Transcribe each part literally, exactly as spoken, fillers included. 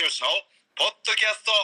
橋宏のポッドキャストオ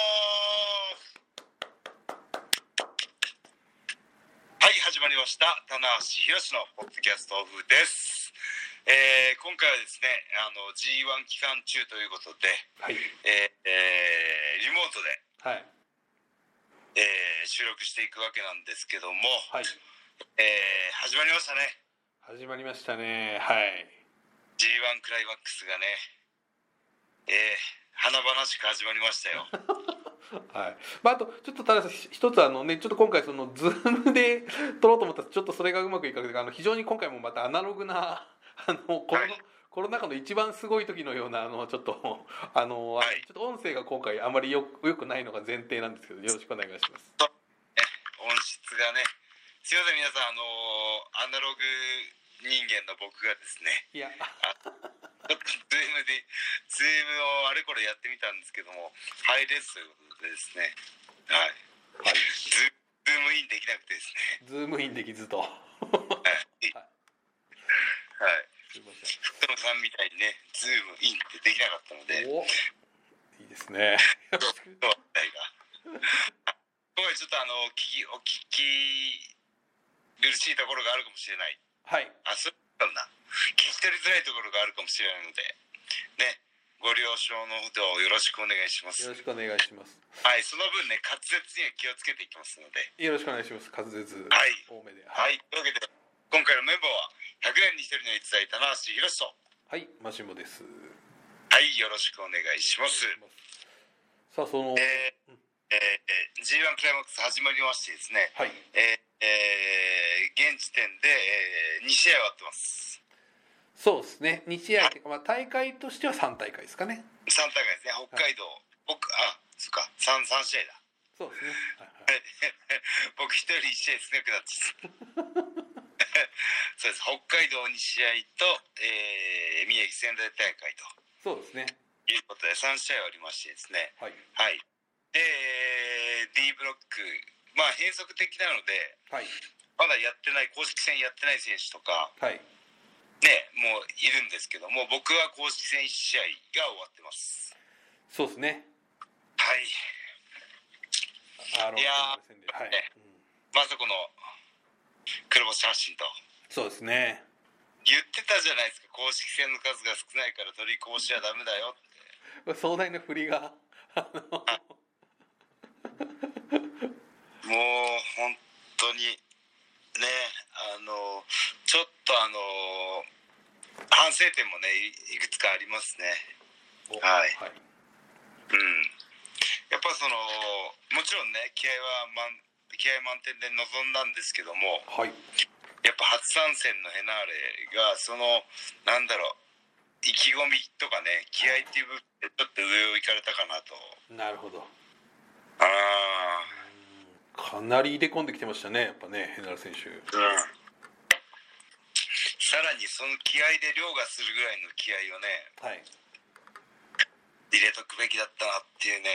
フ。はい、始まりました。棚橋宏のポッドキャストオフです。えー、今回はですね、あの ジーワン 期間中ということで、はい、えーえー、リモートで、はいえー、収録していくわけなんですけども、はいえー、始まりましたね。 始まりましたね。はい。 ジーワン クライマックスがね、えー、華々しく始まりましたよ。 はい。まあ、あとちょっとただ一つあのね、ちょっと今回そのズームで撮ろうと思ったらちょっとそれがうまくいかなくて、あの非常に今回もまたアナログなあのコロナ、はい、コロナ禍の一番すごい時のようなあのちょっとあの、はい、ちょっと音声が今回あまりよくよくないのが前提なんですけど、よろしくお願いします。 そうね、音質がね、すいません皆さん、あのアナログ人間の僕がですね、 いや。 ちょっとズームでズームをあれこれやってみたんですけども、ハイレスということでですね、はい、はい、ズ, ズームインできなくてですね、 ズームインできずと、はいはいはい、福野さんみたいにね、ズームインってできなかったので、 おいいですね。 今回ちょっとあの聞きお聞き苦しいところがあるかもしれない。 はい。 あ、そうだな。聞き取りづらいところがあるかもしれないので、ね、ご了承のほどよろしくお願いします。 よろしくお願いします。 はい、その分ね、滑舌には気をつけていきますので。 よろしくお願いします。滑舌多めで。 はい。はい、というわけで、今回のメンバーはひゃくねんに一人の逸材、棚橋宏と。 はい、マシモです。 はい、よろしくお願いします。 さあ、その、 えーえー、ジーワン クライマックス始まりましてですね、はい、えーえー、現時点で、えー、に試合終わってます。 そうですね、に試合、はい、まあ、大会としてはさん大会ですかね。 さん大会ですね、北海道、はい、僕、あ、そっか、3, 3試合だ。 そうですね、はいはい、僕一人いち試合少なくなっちゃったそうです、北海道に試合と、えー、宮城仙台大会とそうですねいうことでさん試合ありましてですね、 はい、 はい、で D ブロック、まあ変則的なので、はい、まだやってない公式戦やってない選手とか、はいね、もういるんですけども、僕は公式戦いち試合が終わってます。 そうですね、 はい、いやー、はい、ね、うん、まさかの黒星発進と。 そうですね、 言ってたじゃないですか、公式戦の数が少ないから取りこぼしはダメだよって。 壮大な振りがもう本当にね、あのちょっとあの反省点もね い, いくつかありますね。はい、はい、うん、やっぱそのもちろんね、気合は満気合満点で臨んだんですけども、はい、やっぱ初参戦のヘナーレがそのなんだろう、意気込みとかね、気合っていう部分でちょっと上を行かれたかなと。 なるほど。 ああ、 かなり入れ込んできてましたね、やっぱね、ヘナーレ選手。うん。 さらにその気合で凌駕するぐらいの気合をね、はい、入れとくべきだったなっていうね、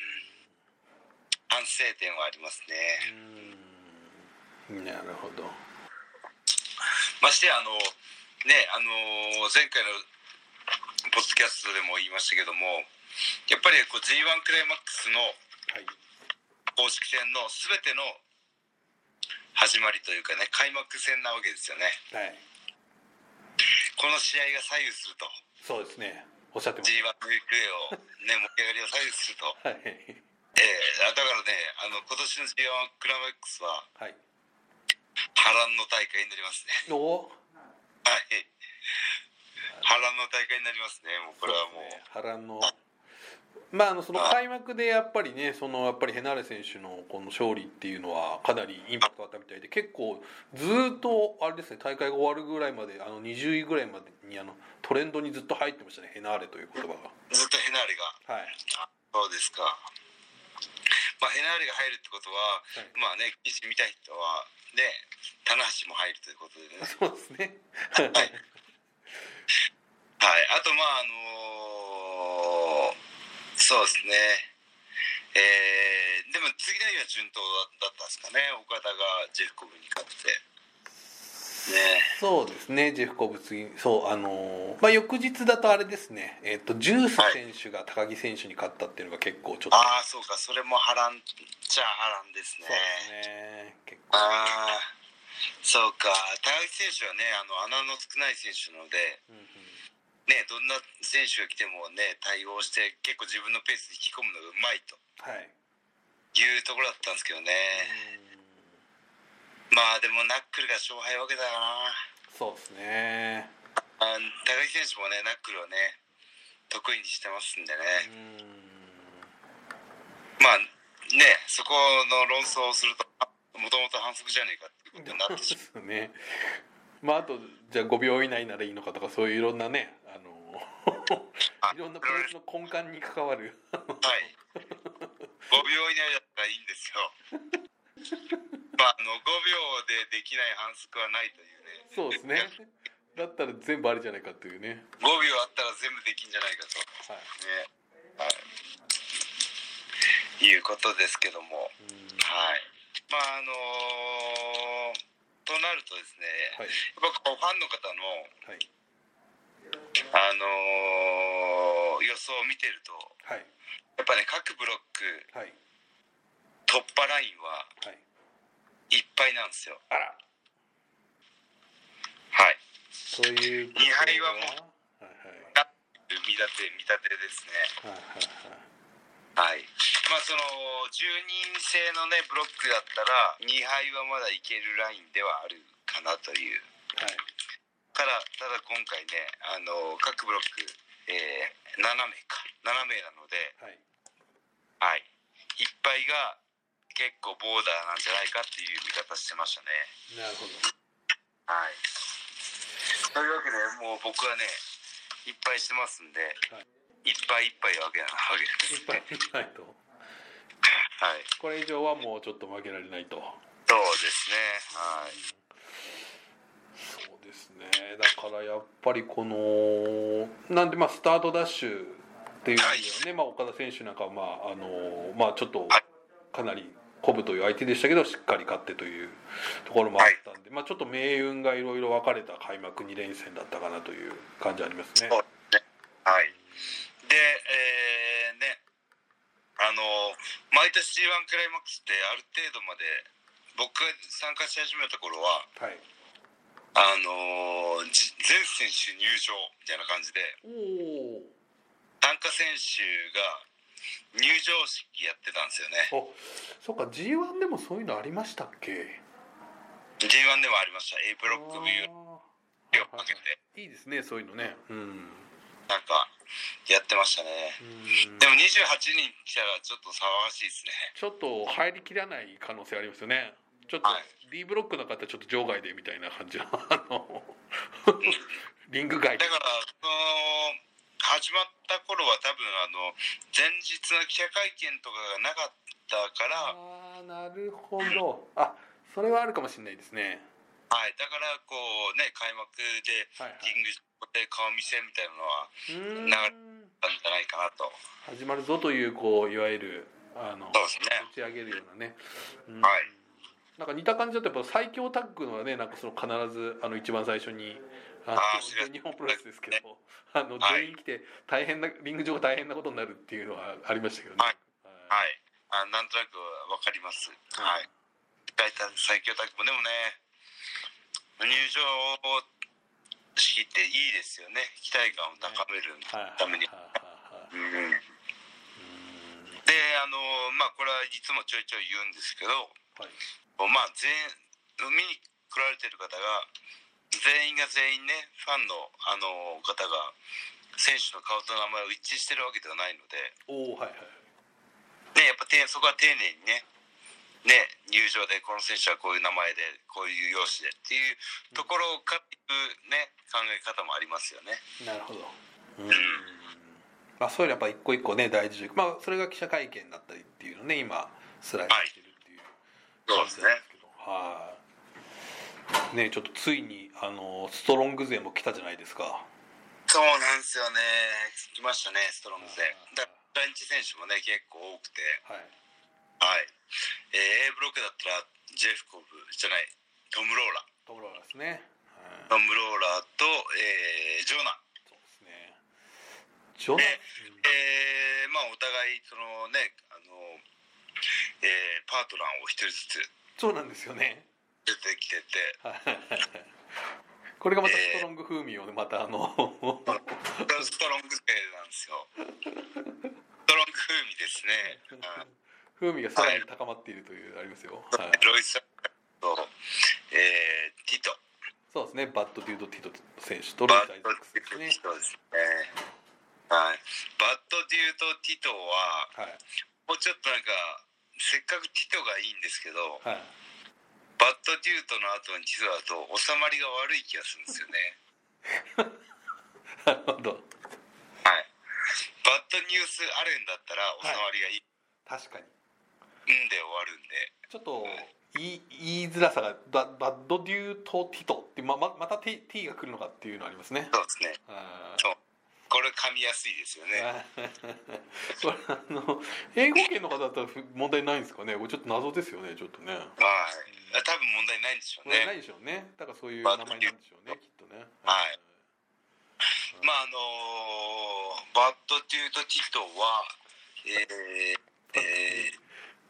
反省点はありますね。 うん、なるほど。 ましてあのね、あの前回のポッドキャストでも言いましたけども、やっぱりこう ジーワン クライマックスの公式戦の全ての始まりというかね、開幕戦なわけですよね。はい。この試合が左右すると。 そうですね。おっしゃってます。 ジーワン の行方をね、盛り上がりを左右すると。はい。えー、だからね、あの今年の ジーワン クライマックスは、はい、波乱の大会になりますね。お。はい。波乱の大会になりますね。もうこれはもう。うね、 波乱の。まあ、あのその開幕でやっぱりね、そのやっぱりヘナーレ選手のこの勝利っていうのはかなりインパクトあったみたいで、結構ずっとあれですね、大会が終わるぐらいまであのにじゅういぐらいまでにあのトレンドにずっと入ってましたね、ヘナーレという言葉が。 ずっとヘナーレが。はい。そうですか。まあヘナーレが入るってことは、はい、まあね、記事見た人はね、棚橋も入るということでね。 そうですね。 はい。はい、あとまああのー、そうですね、えー、でも次の日は順当だったんですかね、岡田がジェフコブに勝って。 ね。 そうですね、ジェフコブ次、そう、あのーまあ、翌日だとあれですね、えっと、ジュース選手が高木選手に勝ったっていうのが結構ちょっと、 ああ、そうか、それも波乱っちゃ波乱ですね。 そうですね、結構、 ああ、そうか、高木選手はね、あの穴の少ない選手なので、 うんうん、 ね、どんな選手が来てもね、対応して、結構自分のペースで引き込むのがうまいとはいいうところだったんですけどね。まあでもナックルが勝敗分けたかな。 そうですね。 あ、高木選手もね、ナックルをね、得意にしてますんでね。まあね、そこの論争をすると、もともと反則じゃねえかっていうことになってしまう。 ね。まああとじゃあごびょう以内ならいいのかとか、そういういろんなね、あのいろんなプロレスの根幹に関わるはい。ごびょう以内だったらいいんですよ。まああのごびょうでできない反則はないというね。 そうですね。だったら全部ありじゃないかっていうね。 ごびょうあったら全部できんじゃないかと。 はい。 ね。はい。いうことですけども。はい。まああのー、となるとですね、はい、やっぱこうファンの方の、はい、あのー、予想を見てると、はい、やっぱね各ブロック、はい、突破ラインは、はい、いっぱいなんですよ。あら。はい。そういうにはいはもう、はいはい、見立て見立てですね。はいはいはい。はい。まあそのじゅうにん制のねブロックだったらにはいはまだいけるラインではあるかなという。はい。ただただ今回ねあの各ブロック、えー、ななめいかななめいなので、はい。はい。いっぱいが結構ボーダーなんじゃないかっていう見方してましたね。なるほど。はい。というわけでもう僕はねいっぱいしてますんで、はい、いっぱいいっぱいわけなわけです、ね。いっぱいいっぱいと。はい。これ以上はもうちょっと負けられないと。そうですね。はい。そうですね。だからやっぱりこのなんでまあスタートダッシュっていう意味ではね、はい、まあ岡田選手なんかはまああのまあちょっとかなり鼓舞という相手でしたけどしっかり勝ってというところもあったんで、はい、まあちょっと命運がいろいろ分かれた開幕にれんせんだったかなという感じありますね。そうですね。はい。で、えー、ね、あの毎年 ジーワン クライマックスってある程度まで僕が参加し始めた頃は、はい、あの全選手入場みたいな感じで参加選手が入場式やってたんですよね。あ、そうか ジーワン でもそういうのありましたっけ？ ジーワン でもありました。 A ブロック B をかけて、いいですねそういうのね。うん、なんかやってましたね。うん、でもにじゅうはちにん来たらちょっと騒がしいですね。ちょっと入りきらない可能性ありますよね。ちょっと D ブロックの方ちょっと場外でみたいな感じのあのリング外でだからその始まった頃は多分あの前日の記者会見とかがなかったから。ああなるほど。あ、それはあるかもしれないですね。はい、だからこうね開幕でリングで顔見せみたいなのは流れたんじゃないかなと。始まるぞというこういわゆるあの、そうですね、打ち上げるようなね、うん、はい。なんか似た感じだとやっぱ最強タッグのはねなんかその必ずあの一番最初にあの日本プロレスですけど、ね、あの全員来て大変なリング上が大変なことになるっていうのはありましたけどね。はい、はい、あなんとなくわかります。はい。大体最強タッグもでもね入場式っていいですよね。期待感を高めるために。であのまあこれはいつもちょいちょい言うんですけど、はい、まあ全見に来られてる方が全員が全員ねファンのあの方が選手の顔と名前を一致してるわけではないので、お、はいはい、ね、やっぱそこは丁寧にねね入場でこの選手はこういう名前でこういう容姿でっていうところかっていうね考え方もありますよね。なるほど。うん、まあ、そういうのやっぱ一個一個ね大事で、まあ、それが記者会見だったりっていうのね今スライドしてるっていう感じなんですけど、はい、ね、ちょっとついにあのストロング勢も来たじゃないですか。そうなんですよね。来ましたねストロング勢。だ来日選手もね結構多くて、はい、はい、えー、A ブロックだったらジェフコブじゃないトム・ローラトム・ローラですね。 トム・ローラーと、えージョナそうですね。ジョナ、 で、えーまあ、お互いそのねあの、えーパートナーを一人ずつそうなんですよね。 出てきてて、 これがまたストロング風味をね、またあのストロング勢なんですよ。ストロング風味ですね。うん風味がさらに高まっているというありますよ。はい、 ロイスと、えー、ティト。 そうですね。バッドデュード・ティト選手とロイス・アイバッドデュザックスですね。 ートですね。はい。バッドデュート・ティトは、 はい。 もうちょっとなんかせっかくティトがいいんですけど、 はい。 バッドデュートの後にティトだと収まりが悪い気がするんですよね。 なるほど。 はい。バッドニュース・アレンだったら収まりがいい。 確かに。 うんで終わるんで。 ちょっと言い言いづらさがババッドデュート・ティトってまままた T, T が来るのかっていうのありますね。 そうですね。 あそう。これ噛みやすいですよね。 これあの英語圏の方だったら問題ないんですかね。これちょっと謎ですよね。ちょっとね。 はい。多分問題ないんでしょうね。 ないでしょうね。だからそういう名前なんでしょうね。きっとね。 はい。まああのー、バッドデュート・ティトは、えーえー、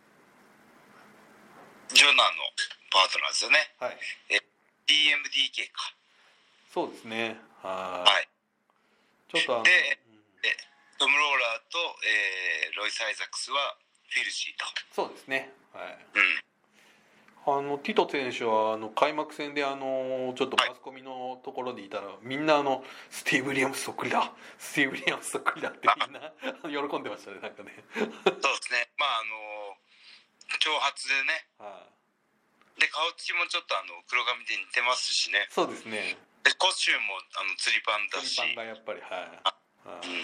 ジョナのパートナーですよね。 はい。 え ティーエムディーケー か。 そうですね。はい。 はい。 ちょっとあの。 で、でトム・ローラーと、えー、ロイス・アイザックスはフィルシーと。 そうですね。はい。 うん。 あのティト選手はあの開幕戦であのちょっとマスコミのところでいたら、みんなあのスティーブ・ウィリアムスそっくりだスティーブ・ウィリアムスそっくりだってみんな喜んでましたね、なんかね。 そうですね。まああの長髪でね。 はで顔つきもちょっとあの黒髪で似てますしね。 そうですね。 でコスチュームもあの釣りパンだし。 釣りパンがやっぱりはい。 あ、うん、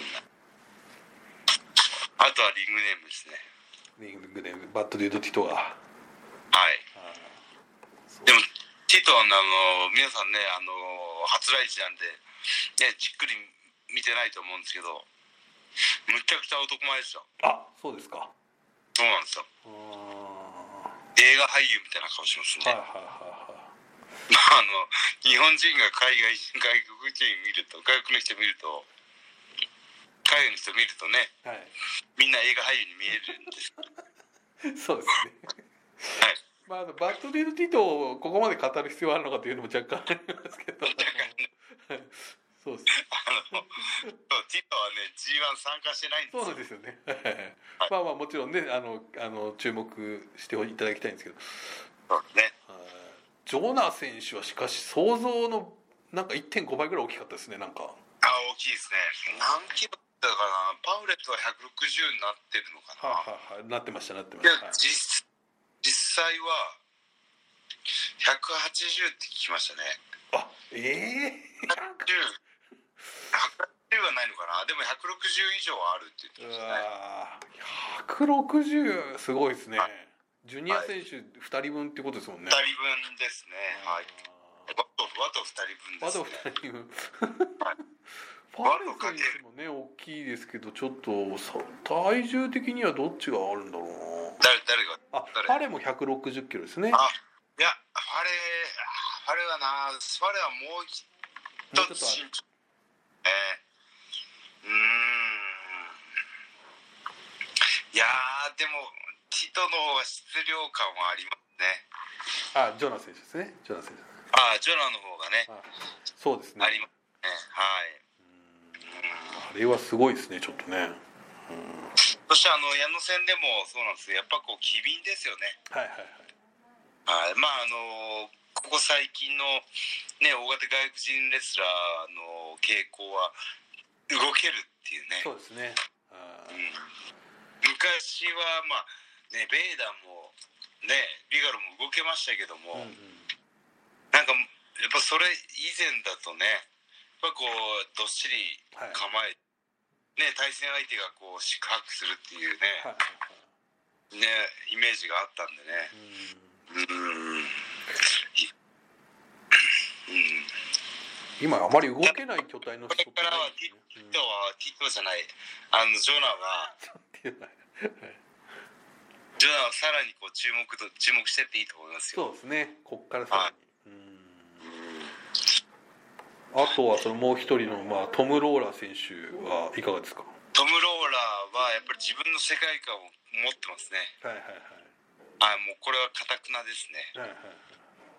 あとはリングネームですね。 リングネームバッドデュード・ティトが。 はい。でもティトはあの皆さんねあの初来日なんで、ね、じっくり見てないと思うんですけど、むちゃくちゃ男前ですよ。 あ、そうですか。 そうなんですよ。 あ、 映画俳優みたいな顔しますね。 はいはいはいはい。 あの日本人が海外人外国人見ると外国の人見ると海外の人見るとね、はい、みんな映画俳優に見えるんですそうですね。はい。まあ、あのバッドデュード・ティトをここまで語る必要あるのかというのも若干ありますけど。若干ね。そうですね。あのティトはね ジーワン 参加してないんですよ。 そうですよね。はい、まあまあもちろんねあのあの注目していただきたいんですけど。 そうですね。 ジョナ選手はしかし想像のなんか いってんご 倍ぐらい大きかったですね、なんか。 あ、大きいですね。何キロだかな。パウレットはひゃくろくじゅうになってるのかな。 はあ、はあはあ、なってましたなってました。はい、 実実際はひゃくはちじゅうって聞きましたね。 あ、ええー、ひゃくはちじゅうひゃくはちじゅうはないのかな。でもひゃくろくじゅう以上あるって言ってましたね。うわ、 ひゃくろくじゅうすごいですね。はい、ジュニア選手ふたりぶんってことですもんね。 ふたりぶんですね。はい。あとあとふたりぶんですね。 あとふたりぶん。はい、ファレ選手もね大きいですけど、ちょっと体重的にはどっちがあるんだろうな。 誰誰が？ あ、ファレもひゃくろくじゅっキロですね。 あ、いやファレファレはな、ファレはもう一つ身長。えー、うーん。いやーでもティトの方が質量感はありますね。 あ、ジョナ選手ですね。ジョナ選手。 あ、ジョナの方がね。 あ、そうですね。 ありますね。はい。 あれはすごいですね、ちょっとね。 うん、そしてあの矢野戦でもそうなんですけど、やっぱこう機敏ですよね。 はいはいはい。 はい、まああのここ最近のね大型外国人レスラーの傾向は動けるっていうね。 そうですね。あ、うん、 昔はまあねベイダーもねリガロも動けましたけども、うんうん、なんかやっぱそれ以前だとね、やっぱこうどっしり構えて、はい、ね、対戦相手がこう四苦八苦するっていうね、はいはいはい、ねイメージがあったんでね。うん、うん、 今あまり動けない巨体の人って、ね、 これからはティットはティットじゃない、あのジョナはジョナはさらにこう注目と注目してっていいと思いますよ。 そうですね。こっからさらに。はい、うん、 あとはそのもう一人の、まあ、トム・ローラー選手はいかがですか？ トム・ローラーはやっぱり自分の世界観を持ってますね。 はいはいあ、もうこれは堅くなですね。 はいはいはい、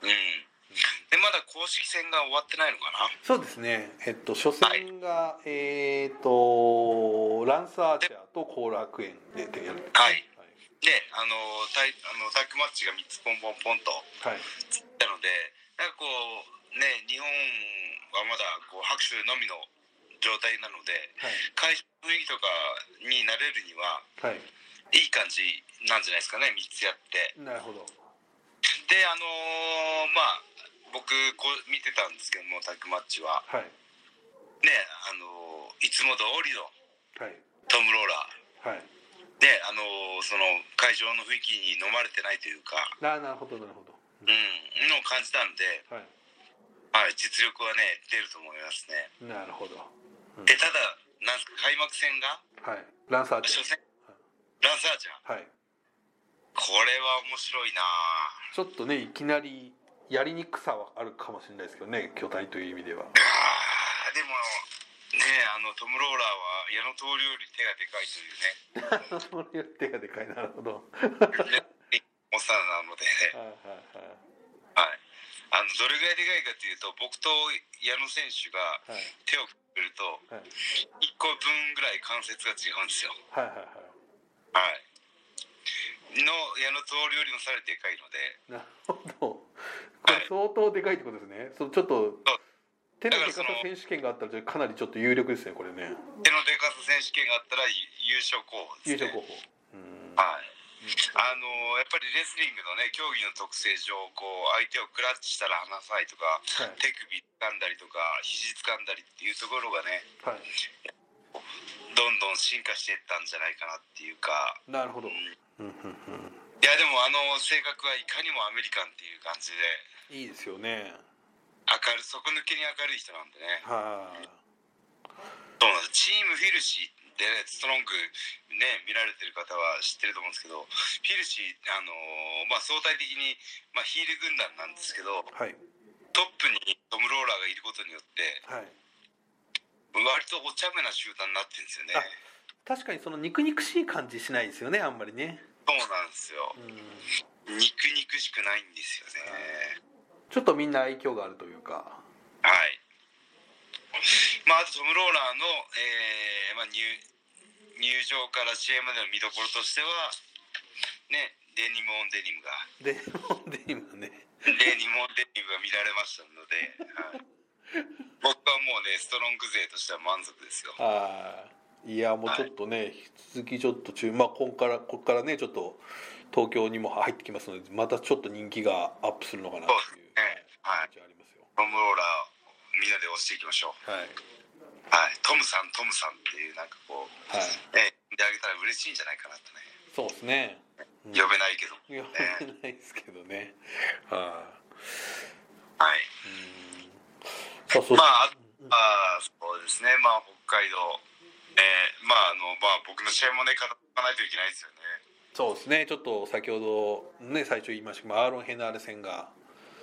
うんでまだ公式戦が終わってないのかな。 そうですね、えっと初戦が、はい、えっとランス・アーチャーと後楽園でやる。 はい、はい、であのタイあのタッグマッチがみっつポンポンポンとつったので、はい、なんかこうね日本はまだこう拍手のみの状態なので、はい、会場の雰囲気とかになれるには、はい、いい感じなんじゃないですかね、みっつやって。 なるほど。 であのー、まあ僕こう見てたんですけどもタッグマッチは、はい、ねあのー、いつも通りのトム・ローラー、はい、であのー、その会場の雰囲気に飲まれてないというか、 ななるほどなるほど、 うん、の感じなんで、はいはい、実力はね出ると思いますね。 なるほど、 うん、でただなんすか開幕戦が、 はい、ランサーチャー、 初戦、はい、ランサーチャー、はい、これは面白いな。 ちょっとねいきなりやりにくさはあるかもしれないですけどね、巨体という意味では。あでもねあのトム・ローラーは矢野棟梁より手がでかいというね。 矢野棟梁より手がでかい、なるほど。 おさなので、はいはいはい、はい、あのどれぐらいでかいかというと僕と矢野選手が手を振るといっこぶんぐらい関節が違うんですよ。はいはいはい、はいの矢野棟梁よりもさらにでかいので。 なるほど、これ相当でかいってことですね。そのちょっと手のでかさ選手権があったらかなりちょっと有力ですねこれね。 手のでかさ選手権があったら優勝候補ですね。優勝候補、うん、はい、あのやっぱりレスリングのね競技の特性上こう相手をクラッチしたら離さないとか、はい、手首掴んだりとか肘掴んだりっていうところがね、はい、どんどん進化していったんじゃないかなっていうか。 なるほど、うんいやでもあの性格はいかにもアメリカンっていう感じでいいですよね。 明る底抜けに明るい人なんでね。 はあ、 そうなんです。チームフィルシーで、ね、ストロングね見られてる方は知ってると思うんですけど、フィルシーあのー、まあ相対的に、まあ、ヒール軍団なんですけど、はい、トップにトム・ローラーがいることによって、はい、割とお茶目な集団になってるんですよね。 確かにその肉肉しい感じしないですよね、あんまりね。 そうなんですよ、うん、肉肉しくないんですよね。 ちょっとみんな愛嬌があるというか。 はい。まああとトム・ローラーの、えーまあ、入, 入場から試合までの見どころとしてはね、デニム・オン・デニムがデニム・オン・デニムねデニム・オン・デニムが見られましたので、はい、僕はもうねストロング勢としては満足ですよ。 ああ、いやもうちょっとね、はい、引き続きちょっと中、まあここからここからねちょっと東京にも入ってきますので、またちょっと人気がアップするのかなという、ね、 はい、気持ちがありますよ。トム・ローラーみんなで押していきましょう。はい、はい、トムさんトムさんっていうなんかこう、はい、えであげたら嬉しいんじゃないかなとね。 そうですね、 うん、呼べないけど、 ね、呼べないですけどね。はあ、はい、うん、そうそう、まああそうですね、まあ北海道、えー、まああのまあ僕の試合もね語らないといけないですよね。 そうですね、ちょっと先ほどね最初言いましたけどアーロン・ヘナーレ戦が、うん、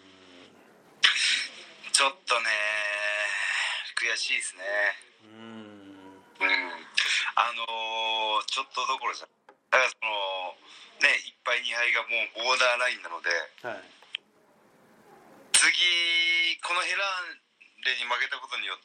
ちょっとね悔しいですね。うん、うん、あのー、ちょっとどころじゃだからそのねいっぱいにはいがもうボーダーラインなので、はい、次このヘラーレに負けたことによって、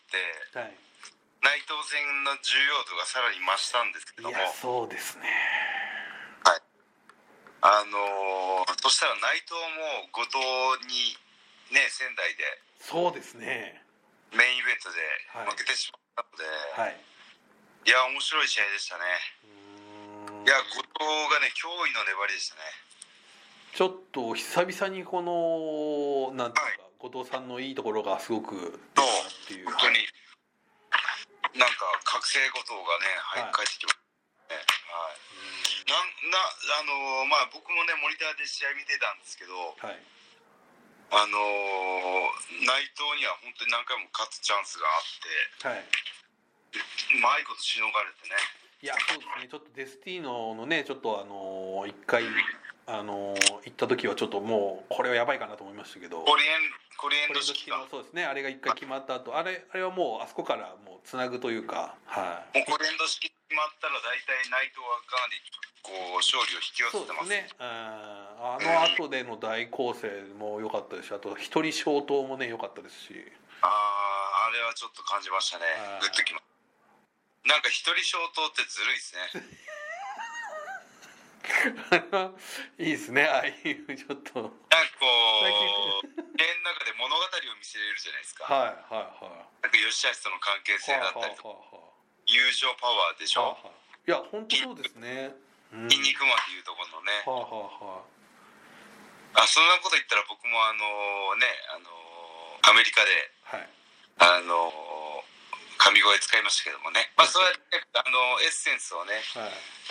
はい、内藤戦の重要度がさらに増したんですけども。いやそうですね、 はい、あのー、そしたら内藤も後藤にね仙台でそうですねメインイベントで負けてしまったので、はい、いや面白い試合でしたね。いや後藤がね驚異の粘りでしたね。 ちょっと久々にこのなんていうか、はい、後藤さんのいいところがすごく出たっていう。 本当になんか覚醒後藤がね、はい、帰ってきましたね。はい、ななあのー、まあ僕もねモニターで試合見てたんですけど、はい、あのー、内藤には本当に何回も勝つチャンスがあって、はい、うまいことしのがれてね。 いやそうですね、ちょっとデスティーノのねちょっとあのー、一回あの行った時はちょっともうこれはやばいかなと思いましたけど、 コリエンコリエンコリエンド式ド式がのそうですね、あれが一回決まった後、あれあれはもうあそこからもうつなぐというか、はい、 もうコリエンド式決まったら大体内藤はかなりこう勝利を引き寄せそうてますですね、ああの後での大構成も良かったですし、あと一人消灯もね良かったですし、 あああれはちょっと感じましたね。グッときます。なんか一人消灯ってずるいですね。 いいですね、ああいうちょっとなんかこう家の中で物語を見せれるじゃないですか。 はいはいはい、 なんか吉橋との関係性だったりとか、 はあはあはあ、 友情パワーでしょ、 はあはあ、いや本当そうですね、うん、 筋肉マンでいうところのね、 はあはあはあ、そんなこと言ったら僕もあのねあのアメリカで、 あ、はい、 あの神声使いましたけどもね、まあそうやってあのエッセンスをね、 はい、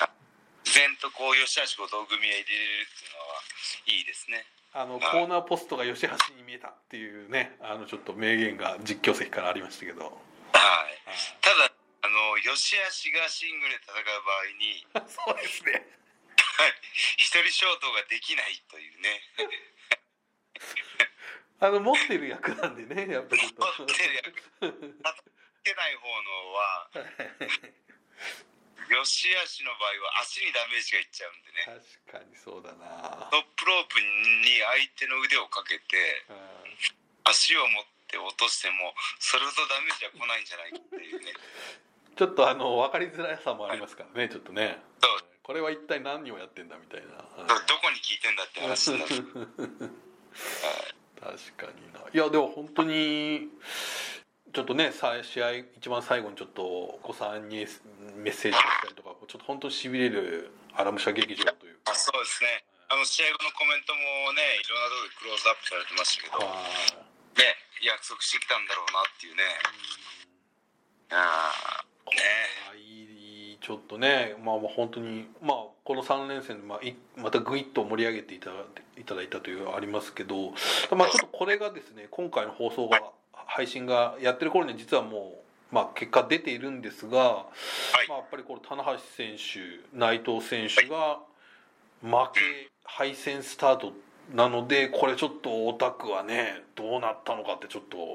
自然とこう吉橋後藤組へ入れれるっていうのはいいですね。 あのコーナーポストが吉橋に見えたっていうね、あのちょっと名言が実況席からありましたけど、 はい、ただあの吉橋がシングルで戦う場合にそうですね、 一人ショートができないというねあの持ってる役なんでね、やっぱりちょっと持ってる役けない方のは吉橋の場合は足にダメージがいっちゃうんでね、 確かにそうだな、 トップロープに相手の腕をかけて足を持って落としてもそれほどダメージは来ないんじゃないかっていうねちょっとあの分かりづらさもありますからね、はい、ちょっとね、 そうこれは一体何をやってんだみたいな、 どこに聞いてんだって話になる確かにな。いやでも本当にちょっとね、試合一番最後にちょっとお子さんにメッセージをしたりとか、ちょっと本当にしびれるアラムシャ劇場というか、 あ、そうですね、あの試合後のコメントもねいろんなところでクローズアップされてましたけど、ね、約束してきたんだろうなっていうね、うん、あこれはいい、ちょっとね、まあ本当にまあこのさん連戦でまあいまたぐいっと盛り上げていただいただいたというのはありますけど、まあちょっとこれがですね、今回の放送が配信がやってる頃に実はもう、まあ、結果出ているんですが、はい、まあ、やっぱりこの棚橋選手内藤選手が負け敗戦スタートなので、これちょっとオタクはねどうなったのかってちょっと、 そう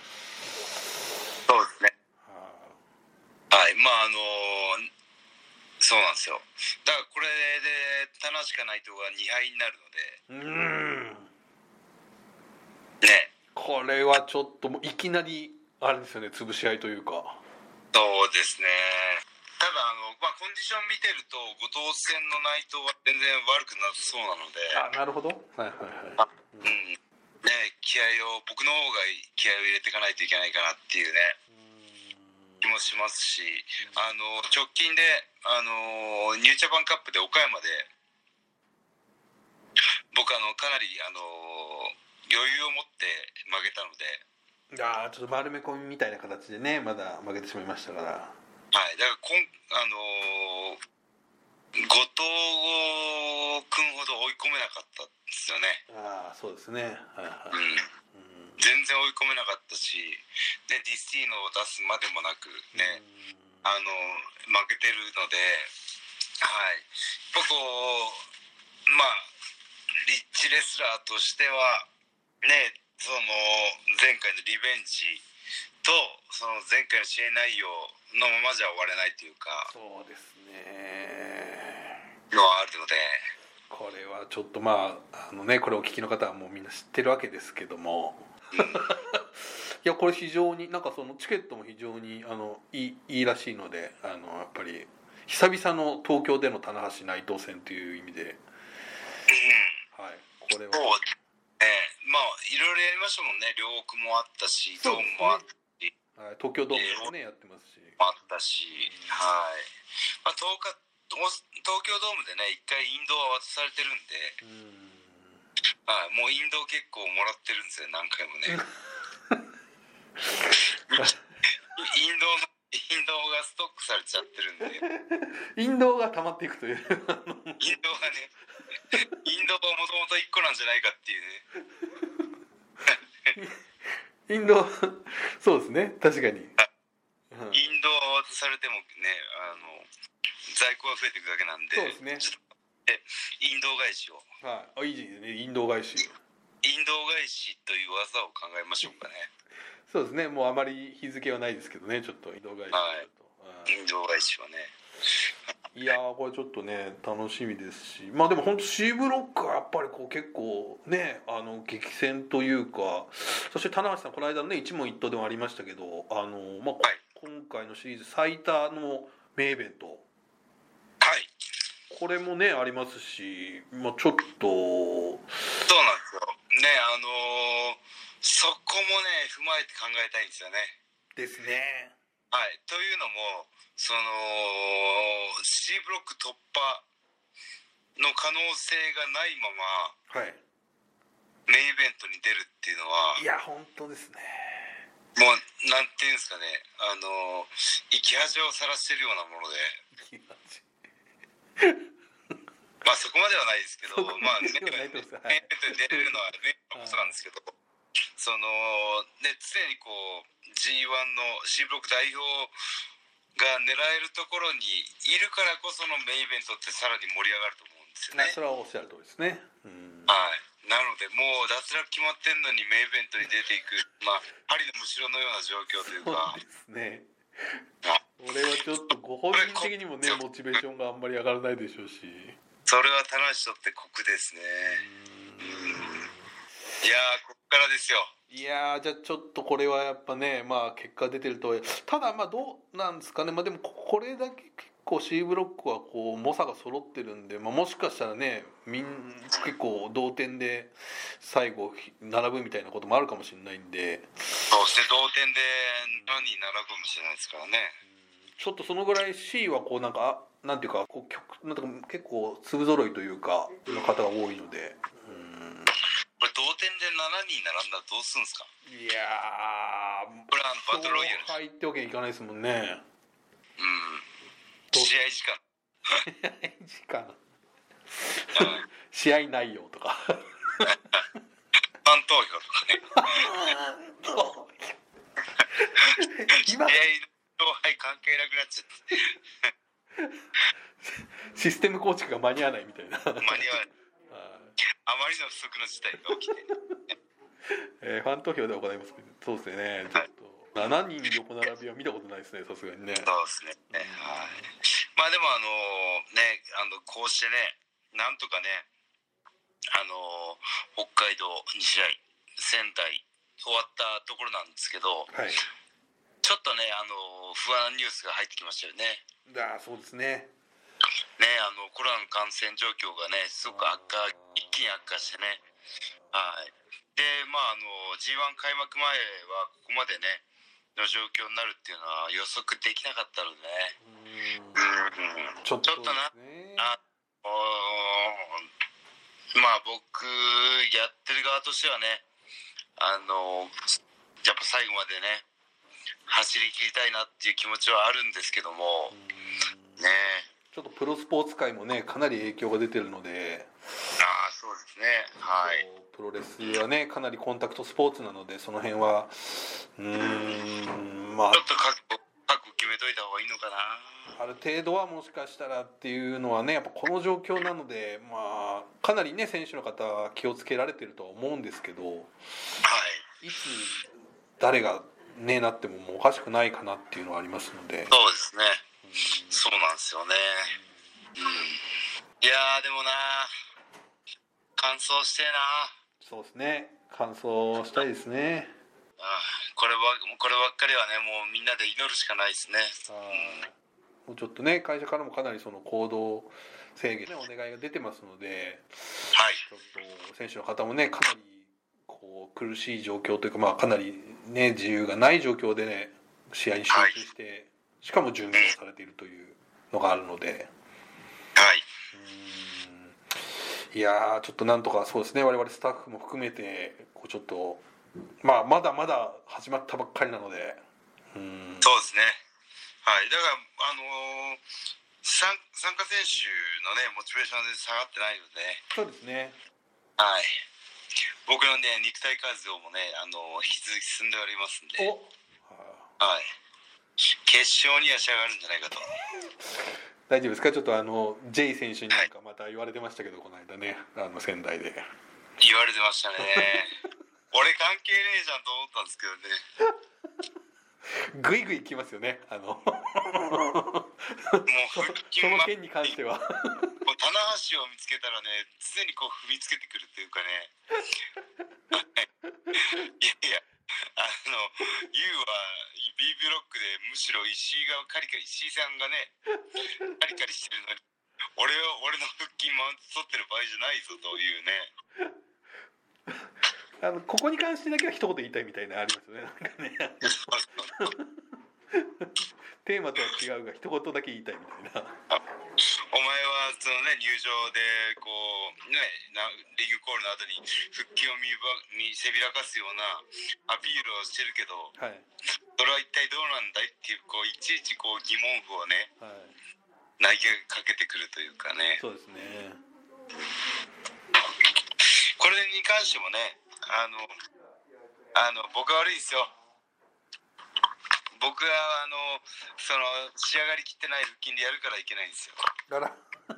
ですね、はい、まああのそうなんですよ、だからこれで棚橋か内藤がにはいになるので、うーんね、 これはちょっともういきなりあれですよね、潰し合いというか。 そうですね、ただあの、まあ、コンディション見てると後藤戦の内藤は全然悪くなさそうなので、 あ、なるほど、はいはいはい、 うん、ね、気合を僕の方が気合を入れていかないといけないかなっていうね気もしますし、あの直近であのニュージャパンカップで岡山で僕あのかなりあの余裕を持って負けたので、 ああちょっと丸め込みみたいな形でねまだ負けてしまいましたから、 はい、だからこんあのー、後藤君ほど追い込めなかったですよね。 ああそうですね、はいはい、 うん、全然追い込めなかったし、ね、ディスティーノを出すまでもなくね、あの負けてるので、はい、やっぱこうまあリッチレスラーとしてはね、その前回のリベンジとその前回の試合内容のままじゃ終われないというか、 そうですねのはあるので、 これはちょっとまああのねこれをお聞きの方はもうみんな知ってるわけですけどもいやこれ非常になんかそのチケットも非常にあのいい、いいらしいので、あのやっぱり久々の東京での棚橋内藤戦という意味で、うん、はい、これはそうね、まあいろいろやりましたもんね。両国もあったし、ドームもあったし、 はい、東京ドームでもね、えー、やってますし、 あったし、はい。まあ、とおか東京ドームでね、一回インドは渡されてるんで、うん、はい、もうインド結構もらってるんですよ、何回もね。インドのインドがストックされちゃってるんで、 インドが溜まっていくというインドがね、インドがもともといっこなんじゃないかっていうね。 インドそうですね、確かに、うん、 インドは渡されてもね、あの在庫が増えていくだけなんで、 そうですね、 インド返しを、 はい、あ、いいですね、インド返し。 インド返しという技を考えましょうかね。 そうですね、もうあまり日付はないですけどね、ちょっとインド返し、 はい、 はい、 インド返しはね。 いやーこれちょっとね楽しみですし、まあでも本当 C ブロックはやっぱりこう結構ねあの激戦というか、そして棚橋さんこの間のね一問一答でもありましたけど、あの、まあ、 はい、 今回のシリーズ最多の名イベント、 はい、 これもねありますし、まあ、ちょっとそうなんですよね。あのー、そこもね踏まえて考えたいんですよね。 ですね。 はい、というのもその C ブロック突破の可能性がないまま、はい、メインイベントに出るっていうのは、 いや本当ですね。 もうなんていうんですかね、あの生き恥をさらしてるようなもので、まあそこまではないですけど、まあメインイベントに出れるのはねことなんですけど、そのね常にこう ジーワン の C ブロック代表が狙えるところにいるからこそのメインイベントってさらに盛り上がると思うんですよね。 それはおっしゃる通りですね。うん、 はい。なのでもう脱落決まってんのにメインイベントに出ていく、まあ針のむしろのような状況というか。 そうですね。これはちょっとご本人的にもねモチベーションがあんまり上がらないでしょうし。 それは棚橋とって酷ですね。うん。いやーこっからですよ。 いやーじゃあちょっとこれはやっぱねまあ結果出てると、ただまあどうなんですかね、まあでもこれだけ結構 C ブロックはこう猛者が揃ってるんで、まあ、もしかしたらねみん結構同点で最後並ぶみたいなこともあるかもしれないんで、 そうして同点で何人並ぶかもしれないですからね。 ちょっとそのぐらい C はこうなんかなんていうかこう曲なんとか結構粒揃いというかの方が多いので、 これ同点でしちにん並んだらどうするんですか。 いやーこれはバトルロイヤル入ってわけにいかないですもんね。 うん。試合時間試合時間試合内容とかファン投票とかね今試合の勝敗関係なくなっちゃってシステム構築が間に合わないみたいな間に合わないあまりの不足の事態が起きてえー、ファン投票で行いますけど、そうですね、ちょっとななにん横並びは見たことないですね、さすがにね。 そうですね、はい。まあでもあのねあのこうしてねなんとかねあの北海道に試合仙台終わったところなんですけど、はい、ちょっとねあの不安ニュースが入ってきましたよね。 あ、そうですね。 ね、あのコロナの感染状況がねすごく悪化一気に悪化してね、はい。でまああの ジーワン 開幕前はここまでねの状況になるっていうのは予測できなかったのでね、うん、ちょっとな、ね、あまあ僕やってる側としてはねあのやっぱ最後までね走り切りたいなっていう気持ちはあるんですけどもね。 ちょっとプロスポーツ界もねかなり影響が出てるので、 ああそうですね、はい。 プロレスはねかなりコンタクトスポーツなので、その辺はうーんまあちょっと覚悟覚悟決めといた方がいいのかな。 ある程度はもしかしたらっていうのはねやっぱこの状況なので、まあかなりね選手の方は気をつけられてるとは思うんですけど、はい、いつ誰がねなってももうおかしくないかなっていうのはありますので。 そうですね、そうなんですよね、うん、いやでもな完走してな。 そうですね、完走したいですね。 ああこればこればっかりはねもうみんなで祈るしかないですね。 あ、もうちょっとね会社からもかなりその行動制限のお願いが出てますので、はい、ちょっと選手の方もねかなりこう苦しい状況というか、まあかなりね自由がない状況でね試合に集中して、はい、しかも準備をされているというのがあるので、はい、うーん、いやちょっとなんとかそうですね、我々スタッフも含めてこうちょっと、まあ、まだまだ始まったばっかりなので、 うーん、そうですね、はい、だからあのー、参, 参加選手のねモチベーションで下がってないので、 そうですね、 はい、僕のね肉体改造もねあの引き続き進んでおりますんで、お、はい、 決勝には仕上がるんじゃないかと。 大丈夫ですか？ちょっとあの J 選手になんかまた言われてましたけど、この間ね、あの仙台で言われてましたね。俺関係ねえじゃんと思ったんですけどね。 グイグイきますよね、あのもう腹筋その件に関してはこう棚橋を見つけたらね、常にこう踏みつけてくるっていうかね。いやいや、あの ユー は B ブロックでむしろ石井がカリカリ、石井さんがねカリカリしてるのに、俺は俺の腹筋マウント取ってる場合じゃないぞというね。 あのここに関してだけは一言言いたいみたいなありますよね、なんかねテーマとは違うが一言だけ言いたいみたいな。 お前はそのね、入場でこうね、リーグコールの後に腹筋を見ば見せびらかすようなアピールをしてるけど、 はい、 それは一体どうなんだいっていう、こういちいちこう疑問符をね、 はい、 投げかけてくるというかね。 そうですね。 これに関してもね、あのあの僕は悪いですよ。僕はあのその仕上がりきってない腹筋でやるからいけないんですよ。 あら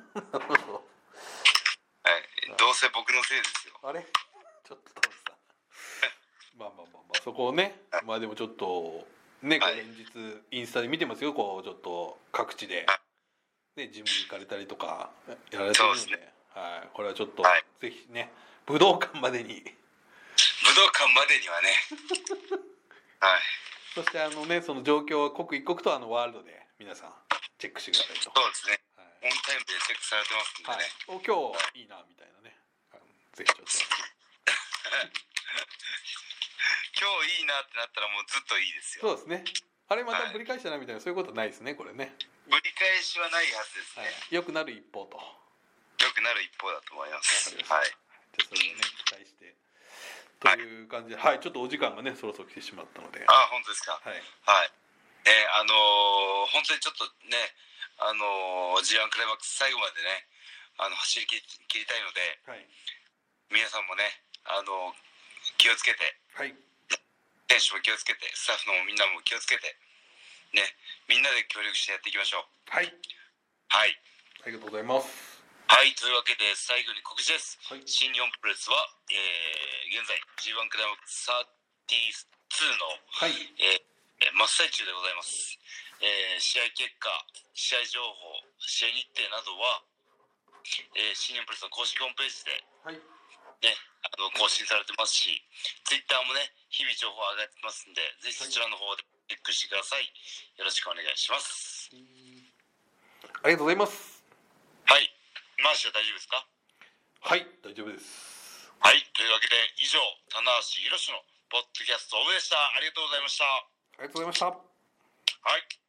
はい、どうせ僕のせいですよ。 あれちょっとタモさんまあまあまあまあそこをね、まあでもちょっとね、こう連日インスタで見てますよ、こうちょっと各地でね、ジムに行かれたりとかやられてるので、 そうですね、 はい、これはちょっと、 はい、 ぜひね武道館までに武道館までにはねはい、 そしてあのね、その状況は刻一刻とあのワールドで皆さんチェックしてくださいと。 そうですね、 はい、 オンタイムでチェックされてますんでね、 はい、お今日いいなみたいなね、あのぜひちょっと今日いいなってなったらもうずっといいですよ。 そうですね。あれまたぶり返したなみたいな、そういうことないですね、これね。 ぶり返しはないはずですね。 はい、良くなる一方と。 良くなる一方だと思います。 わかりました。はい。じゃあそれをね期待してという感じで、はい、はい、ちょっとお時間がねそろそろ来てしまったので。 あ、本当ですか。はい。はい。えー、あのー、本当にちょっとね、あのー、ジーワン クライマックス最後までね、あの走り切りたいので、はい、皆さんもね、あのー、気をつけて。はい。選手も気をつけて、スタッフのみんなも気をつけて、ね、みんなで協力してやっていきましょう。はい。はい。 ありがとうございます。 はい、というわけで最後に告知です。はい、新日本プロレスは、えー、現在 ジーワン クライマックスさんじゅうにの、はい、えー、真っ最中でございます。えー、試合結果、試合情報、試合日程などは、えー、新日本プロレスの公式ホームページで、はい、ね、あの更新されてますし、ツイッターもね日々情報上がってますんで、ぜひそちらの方でチェックしてください。よろしくお願いします。 ありがとうございます。 はい、マーシーは大丈夫ですか？ はい、大丈夫です。 はい、というわけで以上、棚橋宏のポッドキャストオブでした。ありがとうございました。 ありがとうございました。 はい。